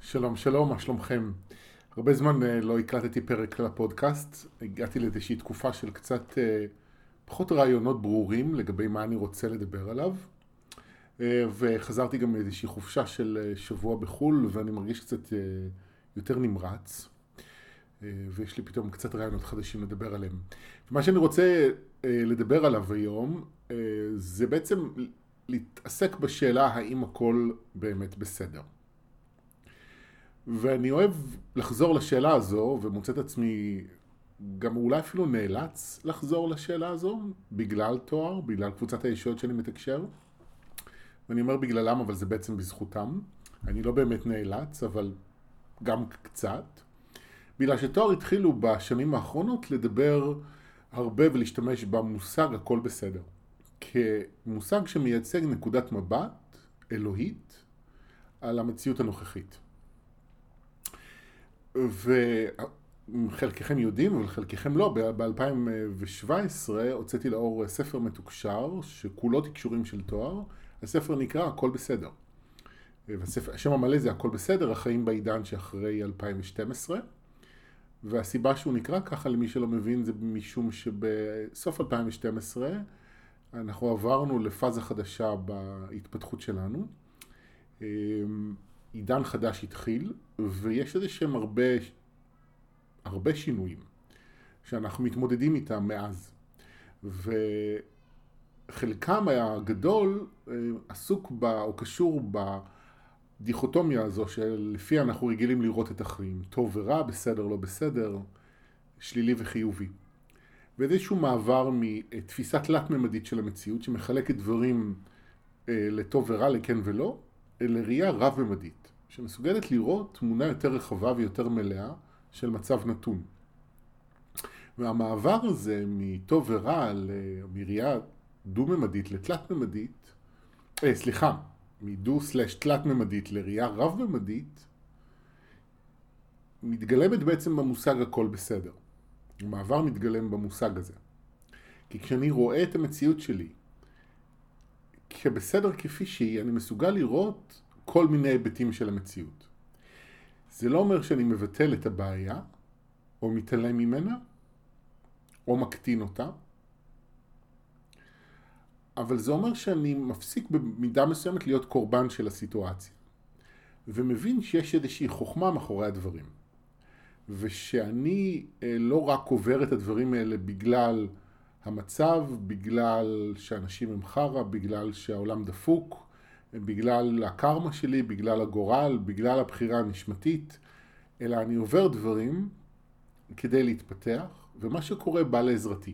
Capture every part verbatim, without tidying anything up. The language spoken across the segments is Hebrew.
שלום, שלום, מה שלומכם? הרבה זמן אה, לא הקלטתי פרק לפודקאסט, הגעתי לאיזושהי תקופה של קצת אה, פחות רעיונות ברורים לגבי מה אני רוצה לדבר עליו, אה, וחזרתי גם מאיזושהי חופשה של אה, שבוע בחול, ואני מרגיש קצת אה, יותר נמרץ, אה, ויש לי פתאום קצת רעיונות חדשים לדבר עליהם. ומה שאני רוצה אה, לדבר עליו היום, אה, זה בעצם להתעסק בשאלה האם הכל באמת בסדר. ואני אוהב לחזור לשאלה הזו, ומוצא את עצמי גם אולי אפילו נאלץ לחזור לשאלה הזו, בגלל תואר, בגלל קבוצת הישויות שאני מתקשר. ואני אומר בגללם, אבל זה בעצם בזכותם. אני לא באמת נאלץ, אבל גם קצת. בגלל שתואר התחילו בשנים האחרונות לדבר הרבה ולהשתמש במושג הכל בסדר. כמושג שמייצג נקודת מבט אלוהית על המציאות הנוכחית. וחלקכם יודעים, אבל חלקכם לא, ב-אלפיים שבע עשרה הוצאתי לאור ספר מתוקשר, שכולו תקשורים של תואר. הספר נקרא הכל בסדר. והספר, השם המלא זה הכל בסדר, החיים בעידן שאחרי אלפיים ושתים עשרה. והסיבה שהוא נקרא ככה, למי שלא מבין, זה משום שבסוף אלפיים ושתים עשרה אנחנו עברנו לפאזה חדשה בהתפתחות שלנו. עידן חדש התחיל, ויש איזה שהם הרבה, הרבה שינויים שאנחנו מתמודדים איתם מאז. וחלקם הגדול עסוק בה, או קשור בדיכוטומיה הזו שלפי אנחנו רגילים לראות את החיים. טוב ורע, בסדר, לא בסדר, שלילי וחיובי. ואיזשהו מעבר מתפיסה תלת-ממדית של המציאות שמחלקת דברים לטוב ורע, לכן ולא, לראייה רב-ממדית, שמסוגלת לראות תמונה יותר רחבה ויותר מלאה של מצב נתון. והמעבר הזה מטוב ורע, מראייה דו-ממדית לתלת-ממדית, אה, סליחה, מדו-סלש-תלת-ממדית לראייה רב-ממדית, מתגלמת בעצם במושג הכל בסדר. המעבר מתגלם במושג הזה. כי כשאני רואה את המציאות שלי, כבסדר כפי שהיא, אני מסוגל לראות כל מיני היבטים של המציאות. זה לא אומר שאני מבטל את הבעיה, או מתעלם ממנה, או מקטין אותה, אבל זה אומר שאני מפסיק במידה מסוימת להיות קורבן של הסיטואציה, ומבין שיש איזושהי חוכמה מאחורי הדברים, ושאני לא רק עובר את הדברים האלה בגלל המצב, בגלל שאנשים הם חרה, בגלל שהעולם דפוק, בגלל הקרמה שלי, בגלל הגורל, בגלל הבחירה הנשמתית, אלא אני עובר דברים כדי להתפתח, ומה שקורה בא לעזרתי.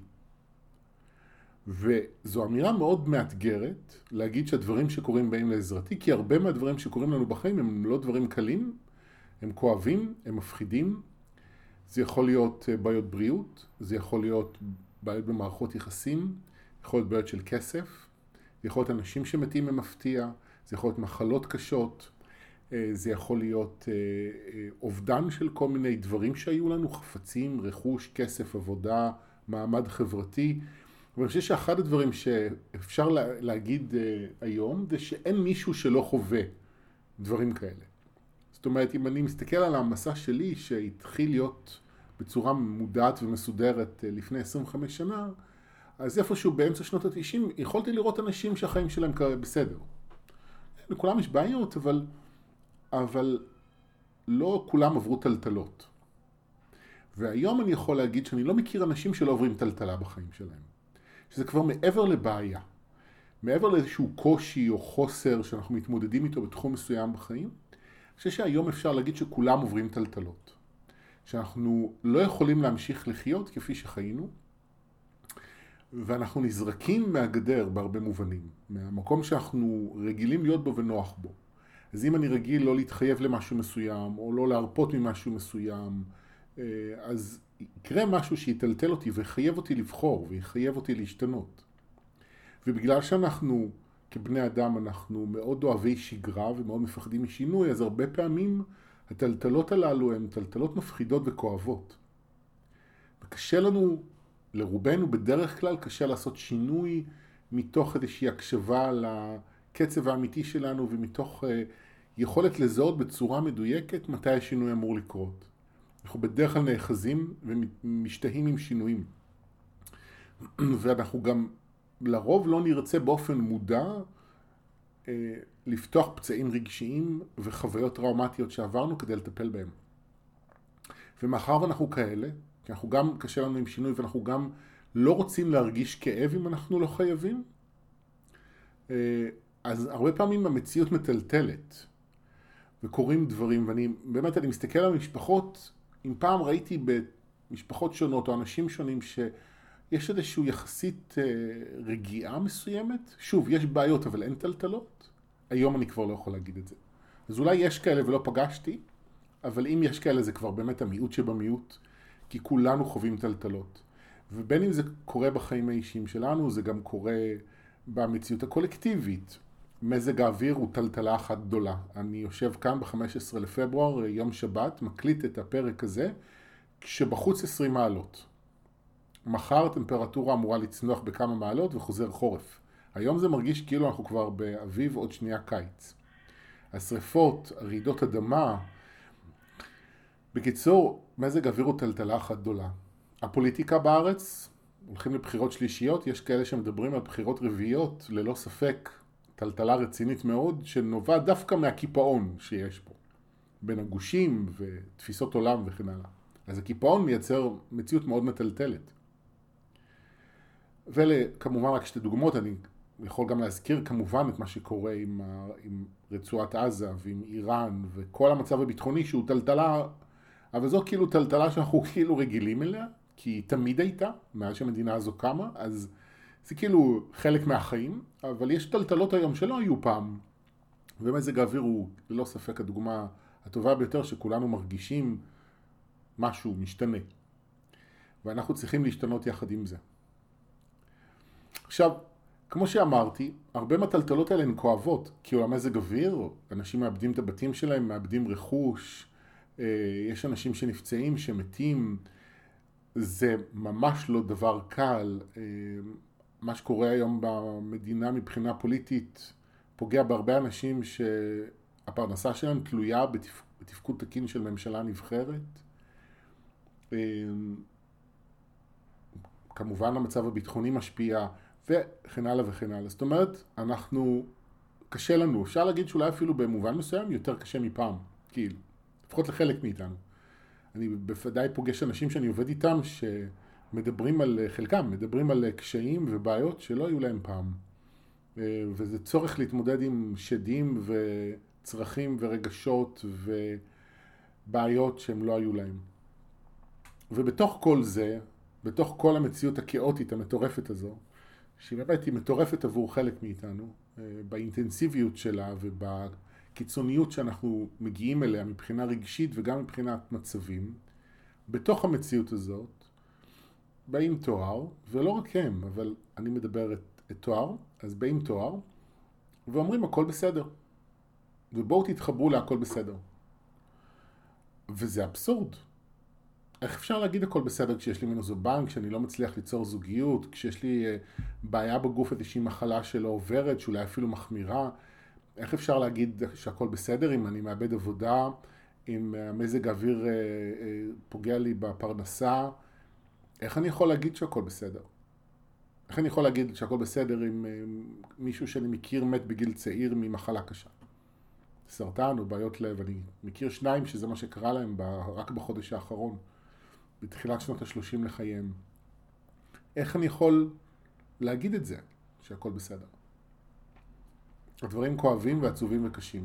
וזו אמירה מאוד מאתגרת להגיד שהדברים שקורים באים לעזרתי, כי הרבה מהדברים שקורים לנו בחיים הם לא דברים קלים, הם כואבים, הם מפחידים. זה יכול להיות בעיות בריאות, זה יכול להיות בעיות במערכות יחסים, יכול להיות בעיות של כסף, זה יכול להיות אנשים שמתים ממפתיע, זה יכול להיות מחלות קשות, זה יכול להיות אובדן של כל מיני דברים שהיו לנו, חפצים, רכוש, כסף, עבודה, מעמד חברתי. ואני חושב שאחד הדברים שאפשר להגיד היום, זה שאין מישהו שלא חווה דברים כאלה. זאת אומרת, אם אני מסתכל על המסע שלי שהתחיל להיות בצורה מודעת ומסודרת לפני עשרים וחמש שנה, אז איפשהו באמצע שנות ה-תשעים יכולתי לראות אנשים שהחיים שלהם בסדר. לכולם יש בעיות, אבל, אבל לא כולם עברו טלטלות. והיום אני יכול להגיד שאני לא מכיר אנשים שלא עוברים טלטלה בחיים שלהם. שזה כבר מעבר לבעיה. מעבר לאיזשהו קושי או חוסר שאנחנו מתמודדים איתו בתחום מסוים בחיים, אני חושב שהיום אפשר להגיד שכולם עוברים טלטלות. שאנחנו לא יכולים להמשיך לחיות כפי שחיינו, ואנחנו נזרקים מהגדר בהרבה מובנים, מהמקום שאנחנו רגילים להיות בו ונוח בו. אז אם אני רגיל לא להתחייב למשהו מסוים, או לא להרפות ממשהו מסוים, אז יקרה משהו שיטלטל אותי ויחייב אותי לבחור, ויחייב אותי להשתנות. ובגלל שאנחנו, כבני אדם, אנחנו מאוד אוהבי שגרה ומאוד מפחדים משינוי, אז הרבה פעמים הטלטלות הללו הן טלטלות מפחידות וכואבות. וקשה לנו, לרובנו בדרך כלל, קשה לעשות שינוי מתוך איזושהי הקשבה לקצב האמיתי שלנו, ומתוך יכולת לזהות בצורה מדויקת מתי השינוי אמור לקרות. אנחנו בדרך כלל נאחזים ומשתהים עם שינויים. ואנחנו גם לרוב לא נרצה באופן מודע אה, לפתוח פצעים רגשיים וחוויות טראומטיות שעברנו כדי לטפל בהם. ומאחר ואנחנו כאלה, כי אנחנו גם קשה לנו עם שינוי ואנחנו גם לא רוצים להרגיש כאב אם אנחנו לא חייבים, אה, אז הרבה פעמים המציאות מטלטלת וקורים דברים, ואני באמת אני מסתכל על משפחות, אם פעם ראיתי במשפחות שונות או אנשים שונים שיש איזשהו יחסית אה, רגיעה מסוימת, שוב יש בעיות אבל אין טלטלות, היום אני כבר לא יכול להגיד את זה. אז אולי יש כאלה ולא פגשתי, אבל אם יש כאלה זה כבר באמת המיעוט שבמיעוט, כי כולנו חווים טלטלות. ובין אם זה קורה בחיים האישיים שלנו, זה גם קורה במציאות הקולקטיבית. מזג האוויר הוא טלטלה אחת גדולה. אני יושב כאן ב-חמישה עשר לפברואר, יום שבת, מקליט את הפרק הזה, כשבחוץ עשרים מעלות. מחר הטמפרטורה אמורה לצנוח בכמה מעלות וחוזר חורף. היום זה מרגיש כאילו אנחנו כבר באביב, עוד שנייה קיץ. השריפות, רעידות אדמה. בקיצור, מזג האוויר הוא טלטלה אחת גדולה. הפוליטיקה בארץ, הולכים לבחירות שלישיות, יש כאלה שמדברים על בחירות רביעיות, ללא ספק, טלטלה רצינית מאוד, שנובע דווקא מהקיפאון שיש פה, בין הגושים ותפיסות עולם וכן הלאה. אז הקיפאון מייצר מציאות מאוד מטלטלת. וכמובן רק שתי דוגמאות, אני יכול גם להזכיר כמובן את מה שקורה עם, ה... עם רצועת עזה ועם איראן וכל המצב הביטחוני שהוא טלטלה, אבל זו כאילו טלטלה שאנחנו כאילו רגילים אליה, כי היא תמיד הייתה, מאז שהמדינה הזו קמה, אז זה כאילו חלק מהחיים, אבל יש טלטלות היום שלא היו פעם, ומזג האוויר הוא ללא ספק הדוגמה הטובה ביותר שכולנו מרגישים משהו משתנה, ואנחנו צריכים להשתנות יחד עם זה. עכשיו, כמו שאמרתי, הרבה מהטלטלות האלה הן כואבות, כי הוא המזג אוויר, אנשים מאבדים את הבתים שלהם, מאבדים רכוש, יש אנשים שנפצעים, שמתים, זה ממש לא דבר קל. מה שקורה היום במדינה מבחינה פוליטית פוגע בהרבה אנשים שהפרנסה שלהם תלויה בתפ... בתפקוד תקין של ממשלה נבחרת. כמובן המצב הביטחוני משפיע וכן הלאה וכן הלאה. זאת אומרת, אנחנו, קשה לנו, אפשר להגיד שאולי אפילו במובן מסוים יותר קשה מפעם, כאילו, לפחות לחלק מאיתנו. אני בוודאי פוגש אנשים שאני עובד איתם שמדברים על חלקם, מדברים על קשיים ובעיות שלא היו להם פעם. וזה צורך להתמודד עם שדים וצרכים ורגשות ובעיות שהם לא היו להם. ובתוך כל זה, בתוך כל המציאות הכאוטית המטורפת הזו, שהיא באמת היא מטורפת עבור חלק מאיתנו, באינטנסיביות שלה ובקיצוניות שאנחנו מגיעים אליה מבחינה רגשית וגם מבחינת מצבים, בתוך המציאות הזאת באים תואר, ולא רק הם, אבל אני מדבר את, את תואר, אז באים תואר ואומרים הכל בסדר, ובואו תתחברו להכל בסדר. וזה אבסורד. איך אפשר להגיד הכל בסדר כשיש לי מינוס בבנק, כשאני לא מצליח ליצור זוגיות, כשיש לי בעיה בגוף איזושהי מחלה שלא עוברת, שאולי אפילו מחמירה? איך אפשר להגיד שהכל בסדר אם אני מאבד עבודה, אם המזג האוויר פוגע לי בפרנסה? איך אני יכול להגיד שהכל בסדר? איך אני יכול להגיד שהכל בסדר אם מישהו שאני מכיר מת בגיל צעיר ממחלה קשה? סרטן או בעיות לב, אני מכיר שניים שזה מה שקרה להם רק בחודש האחרון. בתחילת שנות ה-שלושים לחייהם. איך אני יכול להגיד את זה, שהכל בסדר? הדברים כואבים ועצובים וקשים.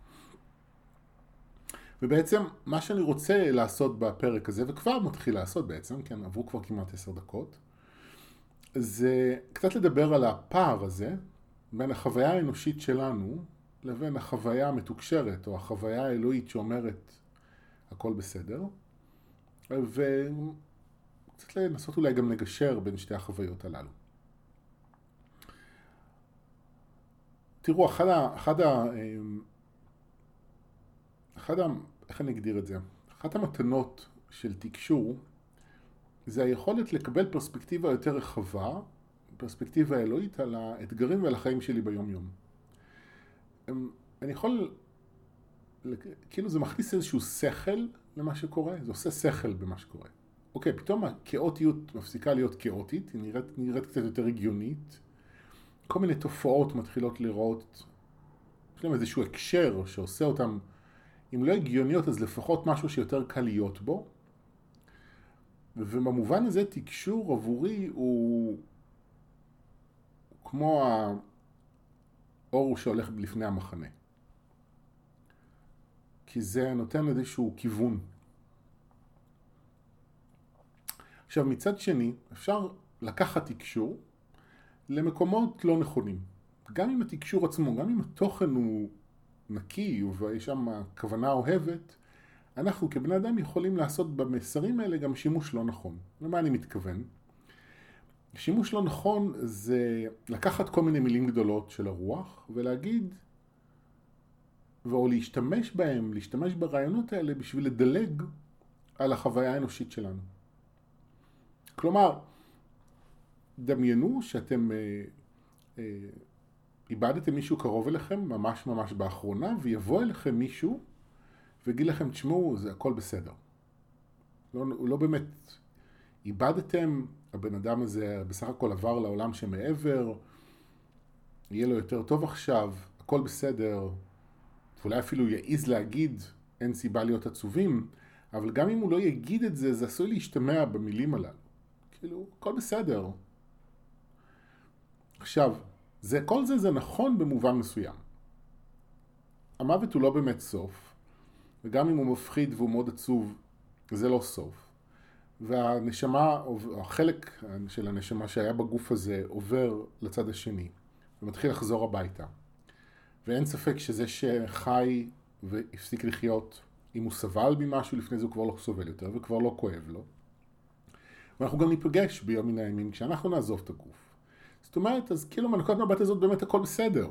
ובעצם מה שאני רוצה לעשות בפרק הזה, וכבר מתחיל לעשות בעצם, כן, עברו כבר כמעט עשר דקות, זה קצת לדבר על הפער הזה, בין החוויה האנושית שלנו, לבין החוויה המתוקשרת, או החוויה האלוהית שאומרת הכל בסדר, וקצת לנסות אולי גם לגשר בין שתי החוויות הללו. תראו, אחד ה... אחד ה... אחד ה... איך אני אגדיר את זה? אחת המתנות של תקשור זה היכולת לקבל פרספקטיבה יותר רחבה, פרספקטיבה אלוהית על האתגרים ועל החיים שלי ביום יום. אני יכול כאילו זה מכניס איזשהו שכל למה שקורה, זה עושה שכל במה שקורה. אוקיי, פתאום הכאוטיות מפסיקה להיות כאוטית, היא נראית, נראית קצת יותר הגיונית. כל מיני תופעות מתחילות לראות, יש להם איזשהו הקשר שעושה אותם, אם לא הגיוניות, אז לפחות משהו שיותר קל להיות בו. ובמובן הזה תקשור עבורי הוא כמו האור שהולך לפני המחנה. כי זה נותן איזשהו כיוון. עכשיו מצד שני, אפשר לקחת תקשור למקומות לא נכונים. גם אם התקשור עצמו, גם אם התוכן הוא נקי ויש שם כוונה אוהבת, אנחנו כבני אדם יכולים לעשות במסרים האלה גם שימוש לא נכון. למה אני מתכוון? שימוש לא נכון זה לקחת כל מיני מילים גדולות של הרוח ולהגיד, או להשתמש בהם, להשתמש ברעיונות האלה בשביל לדלג על החוויה האנושית שלנו. כלומר, דמיינו שאתם אה, אה, איבדתם מישהו קרוב אליכם, ממש ממש באחרונה, ויבוא אליכם מישהו ויגיד לכם, תשמעו, זה הכל בסדר. לא, לא באמת איבדתם, הבן אדם הזה בסך הכל עבר לעולם שמעבר, יהיה לו יותר טוב עכשיו, הכל בסדר, ואולי אפילו יעיז להגיד, אין סיבה להיות עצובים, אבל גם אם הוא לא יגיד את זה, זה עשוי להשתמע במילים הללו. כאילו, הכל בסדר. עכשיו, זה, כל זה זה נכון במובן מסוים. המוות הוא לא באמת סוף, וגם אם הוא מפחיד והוא מאוד עצוב, זה לא סוף. והנשמה, החלק של הנשמה שהיה בגוף הזה עובר לצד השני, ומתחיל לחזור הביתה. ואין ספק שזה שחי והפסיק לחיות, אם הוא סבל ממשהו לפני זה הוא כבר לא סובל יותר, וכבר לא כואב לו. ואנחנו גם ניפגש ביום מן הימים כשאנחנו נעזוב את הגוף. זאת אומרת, אז כאילו מנקודת מבט הזאת באמת הכל בסדר.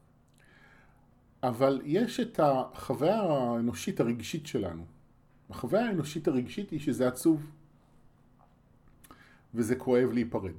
אבל יש את החוויה האנושית הרגשית שלנו. החוויה האנושית הרגשית היא שזה עצוב. וזה כואב להיפרד.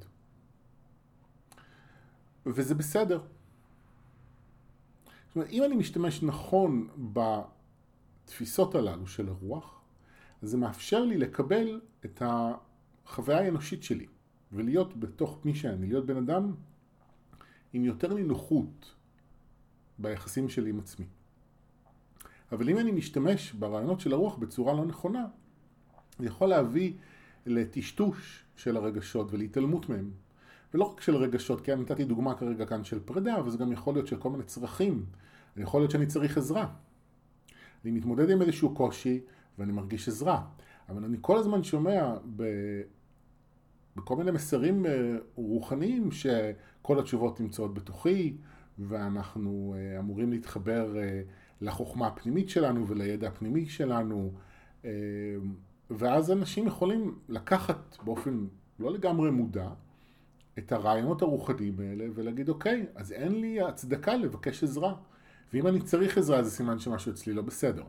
וזה בסדר. זאת אומרת, אם אני משתמש נכון בתפיסות הללו של הרוח, אז זה מאפשר לי לקבל את החוויה האנושית שלי, ולהיות בתוך מי שאני, להיות בן אדם עם יותר נינוחות ביחסים שלי עם עצמי. אבל אם אני משתמש ברעיונות של הרוח בצורה לא נכונה, זה יכול להביא לטשטוש של הרגשות ולהתעלמות מהם. ולא רק של רגשות, כי אני נתתי דוגמה כרגע כאן של פרידה, אבל זה גם יכול להיות של כל מיני צרכים. יכול להיות שאני צריך עזרה. אני מתמודד עם איזשהו קושי ואני מרגיש עזרה. אבל אני כל הזמן שומע ב... בכל מיני מסרים רוחניים שכל התשובות נמצאות בתוכי, ואנחנו אמורים להתחבר לחוכמה הפנימית שלנו ולידע הפנימי שלנו, ואז אנשים יכולים לקחת באופן לא לגמרי מודע את הרעיונות הרוחניים האלה ולהגיד, אוקיי, אז אין לי הצדקה לבקש עזרה, ואם אני צריך עזרה זה סימן שמשהו אצלי לא בסדר.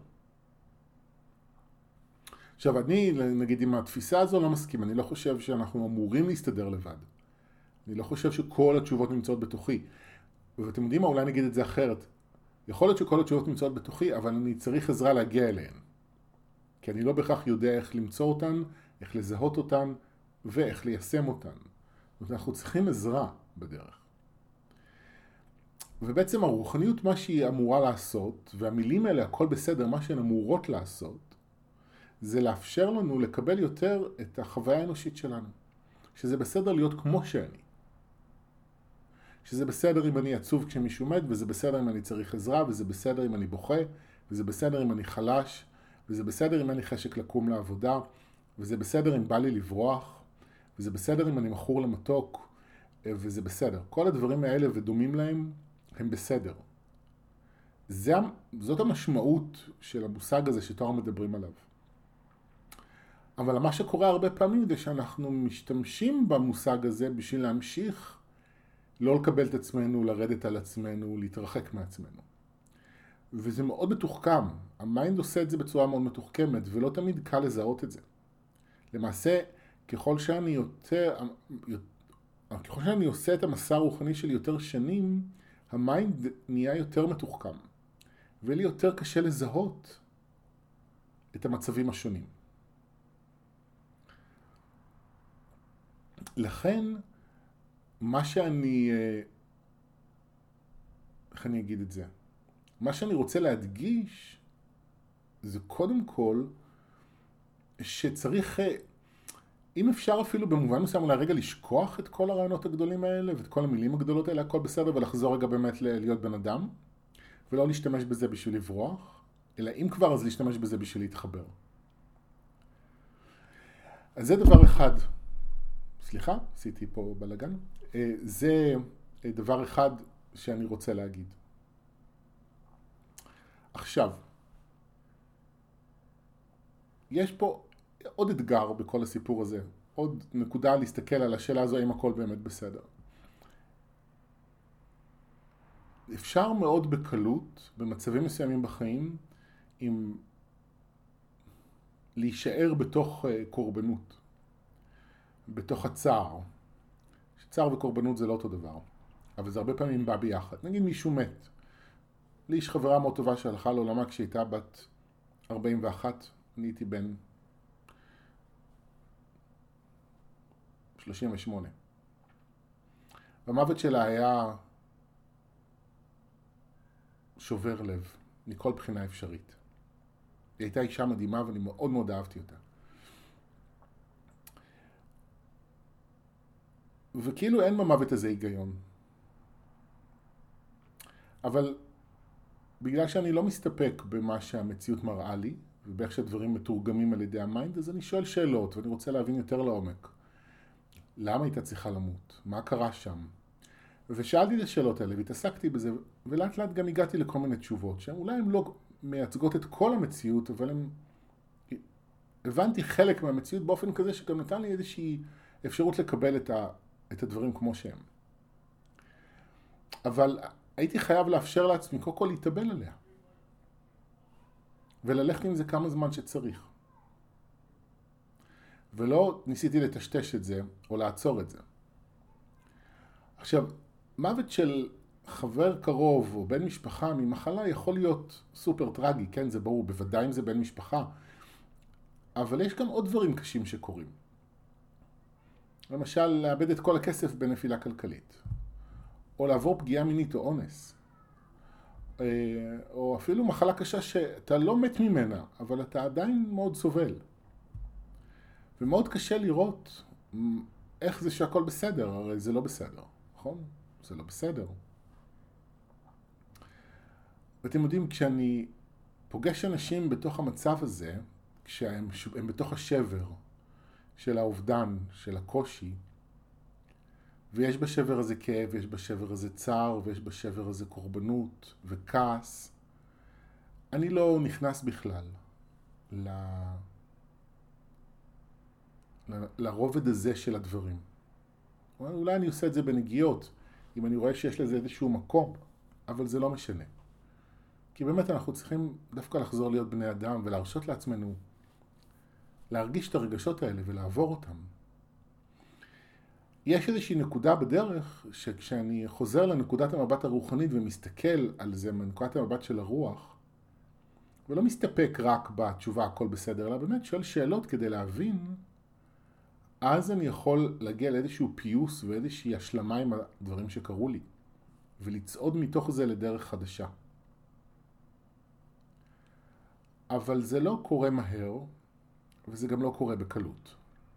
עכשיו, אני, נגיד, עם התפיסה הזו לא מסכים. אני לא חושב שאנחנו אמורים להסתדר לבד. אני לא חושב שכל התשובות נמצאות בתוכי. ואתם יודעים מה, אולי נגיד את זה אחרת. יכול להיות שכל התשובות נמצאות בתוכי, אבל אני צריך עזרה להגיע אליהן. כי אני לא בכך יודע איך למצוא אותן, איך לזהות אותן, ואיך ליישם אותן. זאת אומרת, אנחנו צריכים עזרה בדרך. ובעצם הרוחניות, מה שהיא אמורה לעשות, והמילים האלה, הכל בסדר, מה שהן אמורות לעשות, זה לאפשר לנו לקבל יותר את החוויה האנושית שלנו. שזה בסדר להיות כמו שאני. שזה בסדר אם אני עצוב כשמישהו מת, וזה בסדר אם אני צריך עזרה, וזה בסדר אם אני בוכה, וזה בסדר אם אני חלש, וזה בסדר אם אני חשק לקום לעבודה, וזה בסדר אם בא לי לברוח, וזה בסדר אם אני מכור למתוק, וזה בסדר. כל הדברים האלה ודומים להם הם בסדר. זה, זאת המשמעות של המושג הזה שתואר מדברים עליו. אבל מה שקורה הרבה פעמים זה שאנחנו משתמשים במושג הזה בשביל להמשיך לא לקבל את עצמנו, לרדת על עצמנו, להתרחק מעצמנו. וזה מאוד מתוחכם. המיינד עושה את זה בצורה מאוד מתוחכמת, ולא תמיד קל לזהות את זה. למעשה, ככל שאני יותר, ככל שאני עושה את המסע הרוחני שלי יותר שנים, המיינד נהיה יותר מתוחכם. ולי יותר קשה לזהות את המצבים השונים. לכן, מה שאני, איך אני אגיד את זה? מה שאני רוצה להדגיש, זה קודם כל, שצריך, אם אפשר אפילו במובן מסוים לרגע לשכוח את כל הרעיונות הגדולים האלה, ואת כל המילים הגדולות האלה, הכל בסדר, ולחזור רגע באמת להיות בן אדם, ולא להשתמש בזה בשביל לברוח, אלא אם כבר אז להשתמש בזה בשביל להתחבר. אז זה דבר אחד. סליחה, עשיתי פה בלגן. זה דבר אחד שאני רוצה להגיד. עכשיו, יש פה עוד אתגר בכל הסיפור הזה. עוד נקודה להסתכל על השאלה הזו, האם הכל באמת בסדר. אפשר מאוד בקלות, במצבים מסוימים בחיים, עם להישאר בתוך קורבנות, בתוך הצער. צער וקורבנות זה לא אותו דבר, אבל זה הרבה פעמים בא ביחד. נגיד מישהו מת. לי יש חברה מאוד טובה שהלכה לעולמה כשהייתה בת ארבעים ואחת, אני הייתי בן שלושים ושמונה. המוות שלה היה שובר לב, מכל בחינה אפשרית. היא הייתה אישה מדהימה ואני מאוד מאוד אהבתי אותה. וכאילו אין במוות הזה היגיון. אבל בגלל שאני לא מסתפק במה שהמציאות מראה לי, ובאיך שהדברים מתורגמים על ידי המיינד, אז אני שואל שאלות ואני רוצה להבין יותר לעומק. למה הייתה צריכה למות? מה קרה שם? ושאלתי את השאלות האלה והתעסקתי בזה, ולאט לאט גם הגעתי לכל מיני תשובות, שהן אולי הן לא מייצגות את כל המציאות, אבל הן... הבנתי חלק מהמציאות באופן כזה שגם נתן לי איזושהי אפשרות לקבל את, ה... את הדברים כמו שהם. אבל הייתי חייב לאפשר לעצמי קודם כל להתאבל עליה. וללכת עם זה כמה זמן שצריך. ולא ניסיתי לטשטש את זה או לעצור את זה. עכשיו, מוות של חבר קרוב או בן משפחה ממחלה יכול להיות סופר טרגי, כן, זה ברור, בוודאי אם זה בן משפחה. אבל יש גם עוד דברים קשים שקורים. למשל, לאבד את כל הכסף בנפילה כלכלית. או לעבור פגיעה מינית או אונס. או אפילו מחלה קשה שאתה לא מת ממנה, אבל אתה עדיין מאוד סובל. ומאוד קשה לראות איך זה שהכל בסדר, הרי זה לא בסדר, נכון? זה לא בסדר. ואתם יודעים, כשאני פוגש אנשים בתוך המצב הזה, כשהם הם בתוך השבר של האובדן, של הקושי, ויש בשבר הזה כאב, ויש בשבר הזה צער, ויש בשבר הזה קורבנות וכעס, אני לא נכנס בכלל ל... לרובד הזה של הדברים. אולי אני עושה את זה בנגיעות, אם אני רואה שיש לזה איזשהו מקום, אבל זה לא משנה. כי באמת אנחנו צריכים דווקא לחזור להיות בני אדם ולהרשות לעצמנו להרגיש את הרגשות האלה ולעבור אותם. יש איזושהי נקודה בדרך שכשאני חוזר לנקודת המבט הרוחנית ומסתכל על זה מנקודת המבט של הרוח, ולא מסתפק רק בתשובה הכל בסדר, אלא באמת שואל שאלות כדי להבין, אז אני יכול להגיע לאיזשהו פיוס ואיזושהי השלמה עם הדברים שקרו לי, ולצעוד מתוך זה לדרך חדשה. אבל זה לא קורה מהר, וזה גם לא קורה בקלות.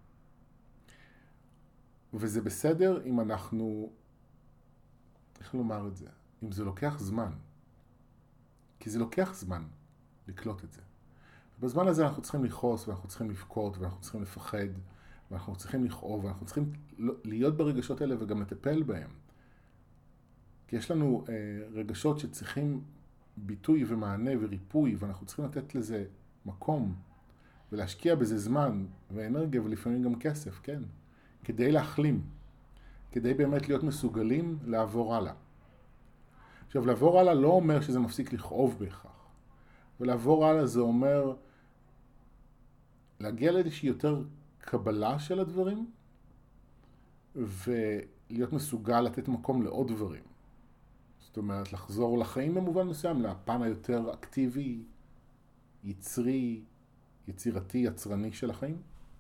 וזה בסדר אם אנחנו, איך לומר את זה? אם זה לוקח זמן. כי זה לוקח זמן לקלוט את זה. ובזמן הזה אנחנו צריכים לכעוס, ואנחנו צריכים לבכות, ואנחנו צריכים לפחד, ואנחנו צריכים לכאוב, ואנחנו צריכים להיות ברגשות האלה וגם לטפל בהם. כי יש לנו אה, רגשות שצריכים ביטוי ומענה וריפוי, ואנחנו צריכים לתת לזה מקום, ולהשקיע בזה זמן ואנרגיה, ולפעמים גם כסף, כן? כדי להחלים, כדי באמת להיות מסוגלים לעבור הלאה. עכשיו, לעבור הלאה לא אומר שזה מפסיק לכאוב בהכרח. ולעבור הלאה זה אומר להגיע לאיזושהי יותר קבלה של הדברים, ולהיות מסוגל לתת מקום לעוד דברים. זאת זאת אומרת, לחזור לחיים במובן מסוים, לפן היותר אקטיבי, יצרי, יצירתי, יצרני של החיים.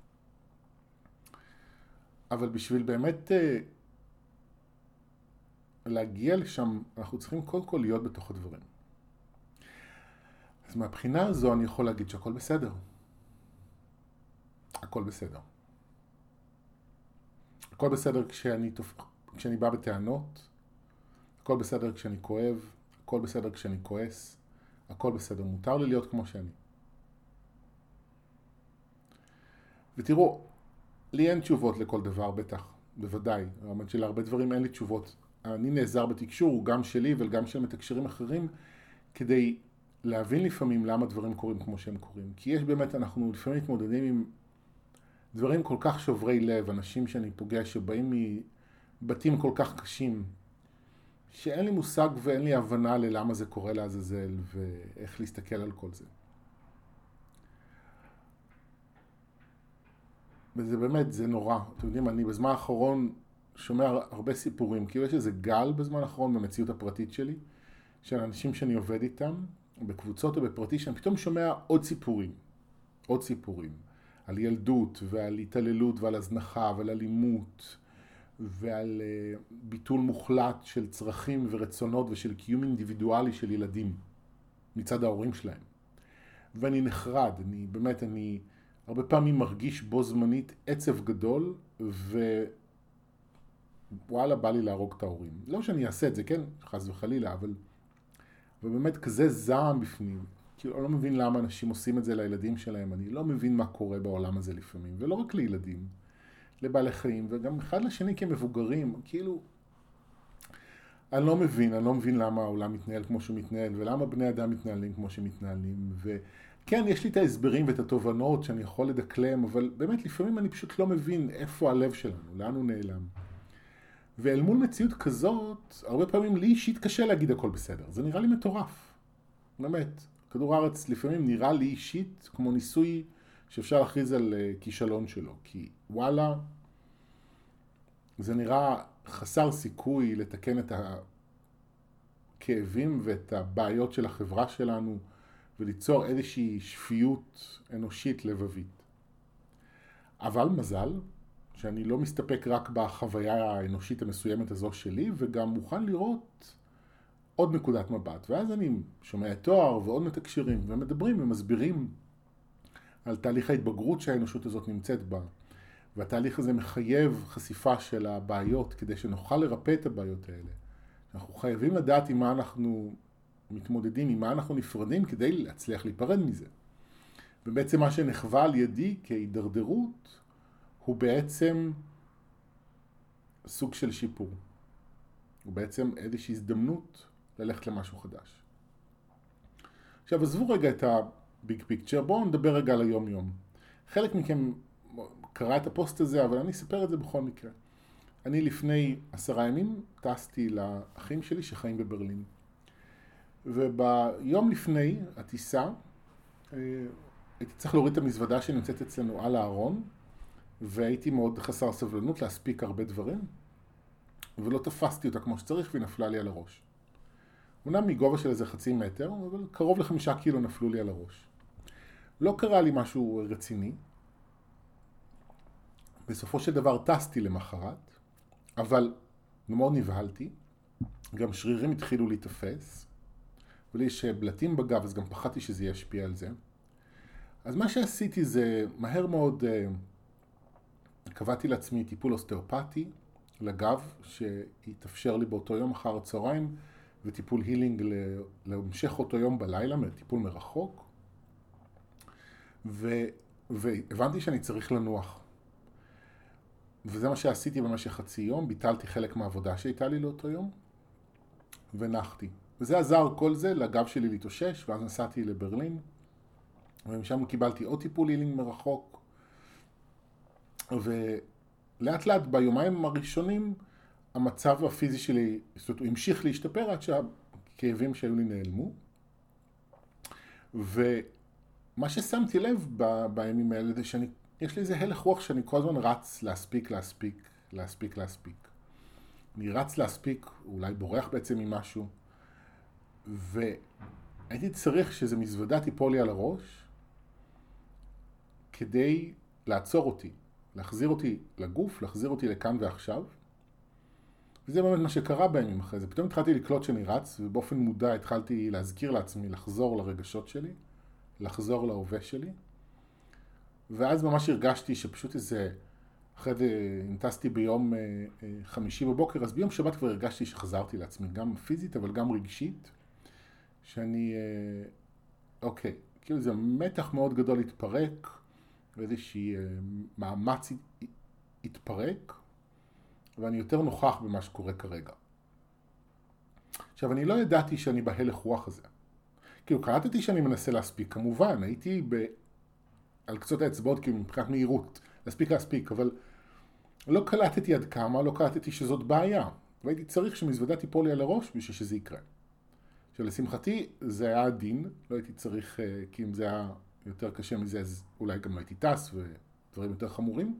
אבל בשביל באמת להגיע לשם, אנחנו צריכים קודם כל להיות בתוך הדברים. אז מהבחינה הזו אני יכול להגיד שהכל בסדר. הכל בסדר. הכל בסדר כשאני, כשאני בא בטענות, הכל בסדר כשאני כואב, הכל בסדר כשאני כועס, הכל בסדר. מותר לי להיות כמו שאני. ותראו, לי אין תשובות לכל דבר, בטח, בוודאי. האמת שלהרבה דברים אין לי תשובות. אני נעזר בתקשור, גם שלי וגם של מתקשרים אחרים, כדי להבין לפעמים למה דברים קורים כמו שהם קורים. כי יש באמת, אנחנו לפעמים מתמודדים עם דברים כל כך שוברי לב, אנשים שאני פוגש שבאים מבתים כל כך קשים, שאין לי מושג ואין לי הבנה ללמה זה קורה לעזאזל ואיך להסתכל על כל זה. וזה באמת, זה נורא. אתם יודעים, אני בזמן האחרון שומע הרבה סיפורים, כאילו יש איזה גל בזמן האחרון במציאות הפרטית שלי, של אנשים שאני עובד איתם, בקבוצות או בפרטי, שאני פתאום שומע עוד סיפורים, עוד סיפורים, על ילדות ועל התעללות ועל הזנחה ועל אלימות, ועל uh, ביטול מוחלט של צרכים ורצונות ושל קיום אינדיבידואלי של ילדים מצד ההורים שלהם. ואני נחרד, אני באמת, אני הרבה פעמים מרגיש בו זמנית עצב גדול, ווואלה, בא לי להרוג את ההורים. לא שאני אעשה את זה, כן, חס וחלילה, אבל ובאמת כזה זעם בפנים. כאילו, אני לא מבין למה אנשים עושים את זה לילדים שלהם, אני לא מבין מה קורה בעולם הזה לפעמים, ולא רק לילדים, לבעלי חיים, וגם אחד לשני כמבוגרים, כאילו, אני לא מבין, אני לא מבין למה העולם מתנהל כמו שהוא מתנהל, ולמה בני אדם מתנהלים כמו שמתנהלים, וכן, יש לי את ההסברים ואת התובנות שאני יכול לדקלם, אבל באמת לפעמים אני פשוט לא מבין איפה הלב שלנו, לאן הוא נעלם. ואל מול מציאות כזאת, הרבה פעמים לי אישית קשה להגיד הכל בסדר, זה נראה לי מטורף, באמת. כדור הארץ לפעמים נראה לי אישית כמו ניסוי שאפשר להכריז על כישלון שלו, כי וואלה, זה נראה חסר סיכוי לתקן את הכאבים ואת הבעיות של החברה שלנו, וליצור איזושהי שפיות אנושית לבבית. אבל מזל, שאני לא מסתפק רק בחוויה האנושית המסוימת הזו שלי, וגם מוכן לראות עוד נקודת מבט. ואז אני שומע את תואר ועוד מתקשרים, ומדברים ומסבירים על תהליך ההתבגרות שהאנושות הזאת נמצאת בה. והתהליך הזה מחייב חשיפה של הבעיות, כדי שנוכל לרפא את הבעיות האלה. אנחנו חייבים לדעת עם מה אנחנו מתמודדים, עם מה אנחנו נפרדים, כדי להצליח להיפרד מזה. ובעצם מה שנחווה על ידי כהידרדרות, הוא בעצם סוג של שיפור. הוא בעצם איזושהי הזדמנות ללכת למשהו חדש. עכשיו, עזבו רגע את הביג פיקצ'ר, בואו נדבר רגע על היום יום. חלק מכם קרא את הפוסט הזה, אבל אני אספר את זה בכל מקרה. אני לפני עשרה ימים טסתי לאחים שלי שחיים בברלין. וביום לפני הטיסה, הייתי צריך להוריד את המזוודה שנמצאת אצלנו על הארון, והייתי מאוד חסר סבלנות להספיק הרבה דברים, ולא תפסתי אותה כמו שצריך, והיא נפלה לי על הראש. אמנם מגובה של איזה חצי מטר, אבל קרוב לחמישה קילו נפלו לי על הראש. לא קרה לי משהו רציני. בסופו של דבר טסתי למחרת, אבל מאוד נבהלתי. גם שרירים התחילו להתאפס, ולי יש בלטים בגב, אז גם פחדתי שזה ישפיע על זה. אז מה שעשיתי זה מהר מאוד קבעתי לעצמי טיפול אוסטאופתי לגב, שהתאפשר לי באותו יום אחר הצהריים, וטיפול הילינג להמשך אותו יום בלילה, טיפול מרחוק. ו... והבנתי שאני צריך לנוח. וזה מה שעשיתי במשך חצי יום, ביטלתי חלק מהעבודה שהייתה לי לאותו יום, ונחתי. וזה עזר כל זה לגב שלי להתאושש, ואז נסעתי לברלין, ומשם קיבלתי עוד טיפול הילינג מרחוק, ולאט לאט ביומיים הראשונים, המצב הפיזי שלי, זאת אומרת, הוא המשיך להשתפר עד שהכאבים שהיו לי נעלמו. ומה ששמתי לב ב- בימים האלה זה שאני, יש לי איזה הלך רוח שאני כל הזמן רץ להספיק, להספיק, להספיק, להספיק. אני רץ להספיק, אולי בורח בעצם ממשהו, והייתי צריך שזה מזוודה תיפול לי על הראש כדי לעצור אותי, להחזיר אותי לגוף, להחזיר אותי לכאן ועכשיו. וזה באמת מה שקרה בימים אחרי זה. פתאום התחלתי לקלוט שאני רץ, ובאופן מודע התחלתי להזכיר לעצמי, לחזור לרגשות שלי, לחזור להווה שלי. ואז ממש הרגשתי שפשוט איזה, אחרי זה נטסתי ביום חמישי בבוקר, אז ביום שבת כבר הרגשתי שחזרתי לעצמי, גם פיזית אבל גם רגשית, שאני, אוקיי, כאילו זה מתח מאוד גדול להתפרק, ואיזושהי מאמץ התפרק, ואני יותר נוכח במה שקורה כרגע. עכשיו, אני לא ידעתי שאני בהלך רוח הזה. כאילו, קלטתי שאני מנסה להספיק, כמובן, הייתי ב... על קצות האצבעות, כאילו, מבחינת מהירות, להספיק להספיק, אבל לא קלטתי עד כמה, לא קלטתי שזאת בעיה. והייתי צריך שמזוודה תיפול לי על הראש בשביל שזה יקרה. עכשיו, לשמחתי, זה היה הדין, לא הייתי צריך, כי אם זה היה יותר קשה מזה, אז אולי גם לא הייתי טס ודברים יותר חמורים.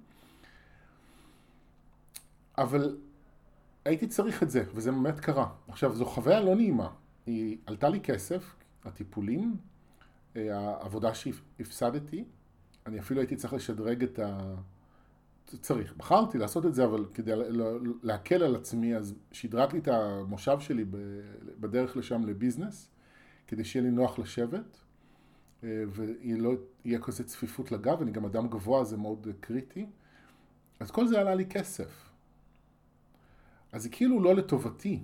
אבל הייתי צריך את זה, וזה באמת קרה. עכשיו, זו חוויה לא נעימה. היא עלתה לי כסף, הטיפולים, העבודה שהפסדתי. אני אפילו הייתי צריך לשדרג את ה... צריך. בחרתי לעשות את זה, אבל כדי להקל על עצמי, אז שדרגתי את המושב שלי בדרך לשם לביזנס, כדי שיהיה לי נוח לשבת, ולא יהיה כזה צפיפות לגב, אני גם אדם גבוה, זה מאוד קריטי. אז כל זה עלה לי כסף. אז זה כאילו לא לטובתי,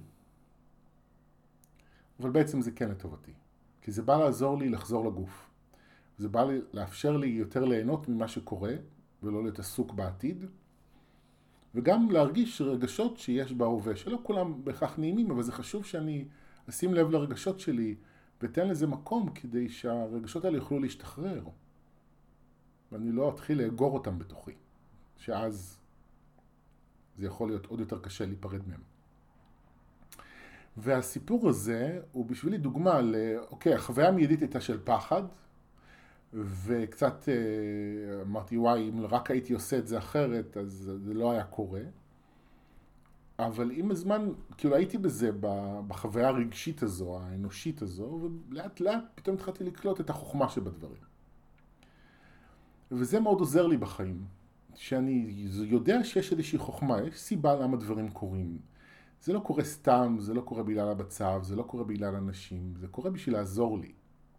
אבל בעצם זה כן לטובתי. כי זה בא לעזור לי לחזור לגוף. זה בא לי, לאפשר לי יותר ליהנות ממה שקורה, ולא להיות עסוק בעתיד. וגם להרגיש רגשות שיש בהווה, שלא כולם בכך נעימים, אבל זה חשוב שאני אשים לב לרגשות שלי, ותן לזה מקום כדי שהרגשות האלה יוכלו להשתחרר. ואני לא אתחיל לאגור אותם בתוכי, שאז זה יכול להיות עוד יותר קשה להיפרד מהם. והסיפור הזה הוא בשבילי דוגמה ל... אוקיי, החוויה המיידית הייתה של פחד, וקצת אמרתי, וואי, אם רק הייתי עושה את זה אחרת, אז זה לא היה קורה. אבל עם הזמן, כאילו הייתי בזה, בחוויה הרגשית הזו, האנושית הזו, ולאט לאט פתאום התחלתי לקלוט את החוכמה שבדברים. וזה מאוד עוזר לי בחיים. שאני יודע שיש איזושהי חוכמה, יש סיבה למה דברים קורים. זה לא קורה סתם, זה לא קורה בגלל המצב, זה לא קורה בגלל אנשים, זה קורה בשביל לעזור לי.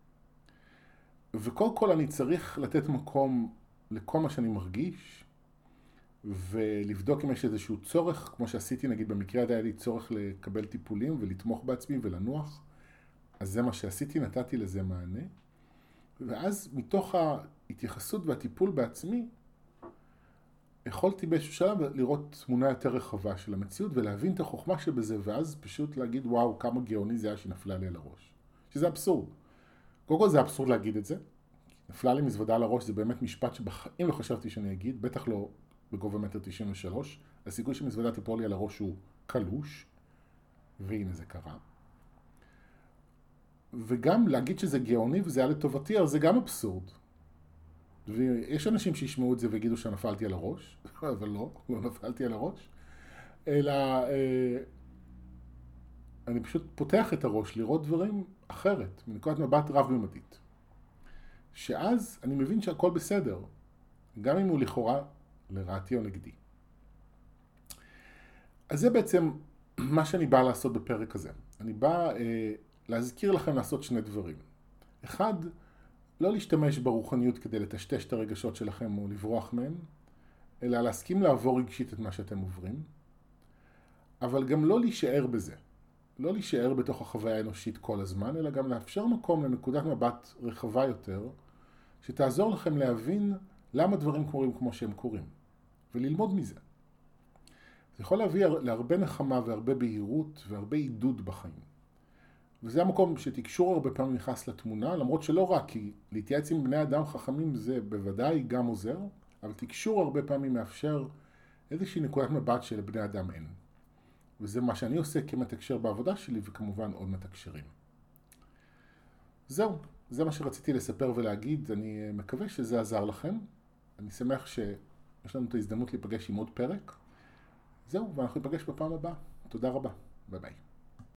וכל כל אני צריך לתת מקום לכל מה שאני מרגיש, ולבדוק אם יש איזשהו צורך, כמו שעשיתי נגיד במקרה הזה היה לי צורך לקבל טיפולים ולתמוך בעצמי ולנוח, אז זה מה שעשיתי, נתתי לזה מענה, ואז מתוך ההתייחסות והטיפול בעצמי, יכולתי באיזשהו שלב לראות תמונה יותר רחבה של המציאות ולהבין את החוכמה שבזה, ואז פשוט להגיד וואו כמה גאוני זה היה שנפלה לי על הראש. שזה אבסורד. קודם כל זה אבסורד להגיד את זה. נפלה לי מזוודה על הראש זה באמת משפט שבחיים לא חשבתי שאני אגיד, בטח לא בגובה מטר תשעים ושלוש. הסיכוי שמזוודה תיפול לי על הראש הוא קלוש, והנה זה קרה. וגם להגיד שזה גאוני וזה היה לטובתי, אז זה גם אבסורד. ויש אנשים שישמעו את זה ויגידו שנפלתי על הראש, אבל לא, לא נפלתי על הראש, אלא אה, אני פשוט פותח את הראש לראות דברים אחרת, מנקודת מבט רב-ממדית. שאז אני מבין שהכל בסדר, גם אם הוא לכאורה לרעתי או נגדי. אז זה בעצם מה שאני בא לעשות בפרק הזה. אני בא אה, להזכיר לכם לעשות שני דברים. אחד, לא להשתמש ברוחניות כדי לטשטש את הרגשות שלכם או לברוח מהם, אלא להסכים לעבור רגשית את מה שאתם עוברים, אבל גם לא להישאר בזה. לא להישאר בתוך החוויה האנושית כל הזמן, אלא גם לאפשר מקום לנקודת מבט רחבה יותר, שתעזור לכם להבין למה דברים קורים כמו שהם קורים, וללמוד מזה. זה יכול להביא להרבה נחמה והרבה בהירות והרבה עידוד בחיים. וזה המקום שתקשור הרבה פעמים נכנס לתמונה, למרות שלא רק, כי להתייעץ עם בני אדם חכמים זה בוודאי גם עוזר, אבל תקשור הרבה פעמים מאפשר איזושהי נקודת מבט שלבני אדם אין. וזה מה שאני עושה כמתקשר בעבודה שלי, וכמובן עוד מתקשרים. זהו, זה מה שרציתי לספר ולהגיד, אני מקווה שזה עזר לכם. אני שמח שיש לנו את ההזדמנות להיפגש עם עוד פרק. זהו, ואנחנו ניפגש בפעם הבאה. תודה רבה, ביי ביי.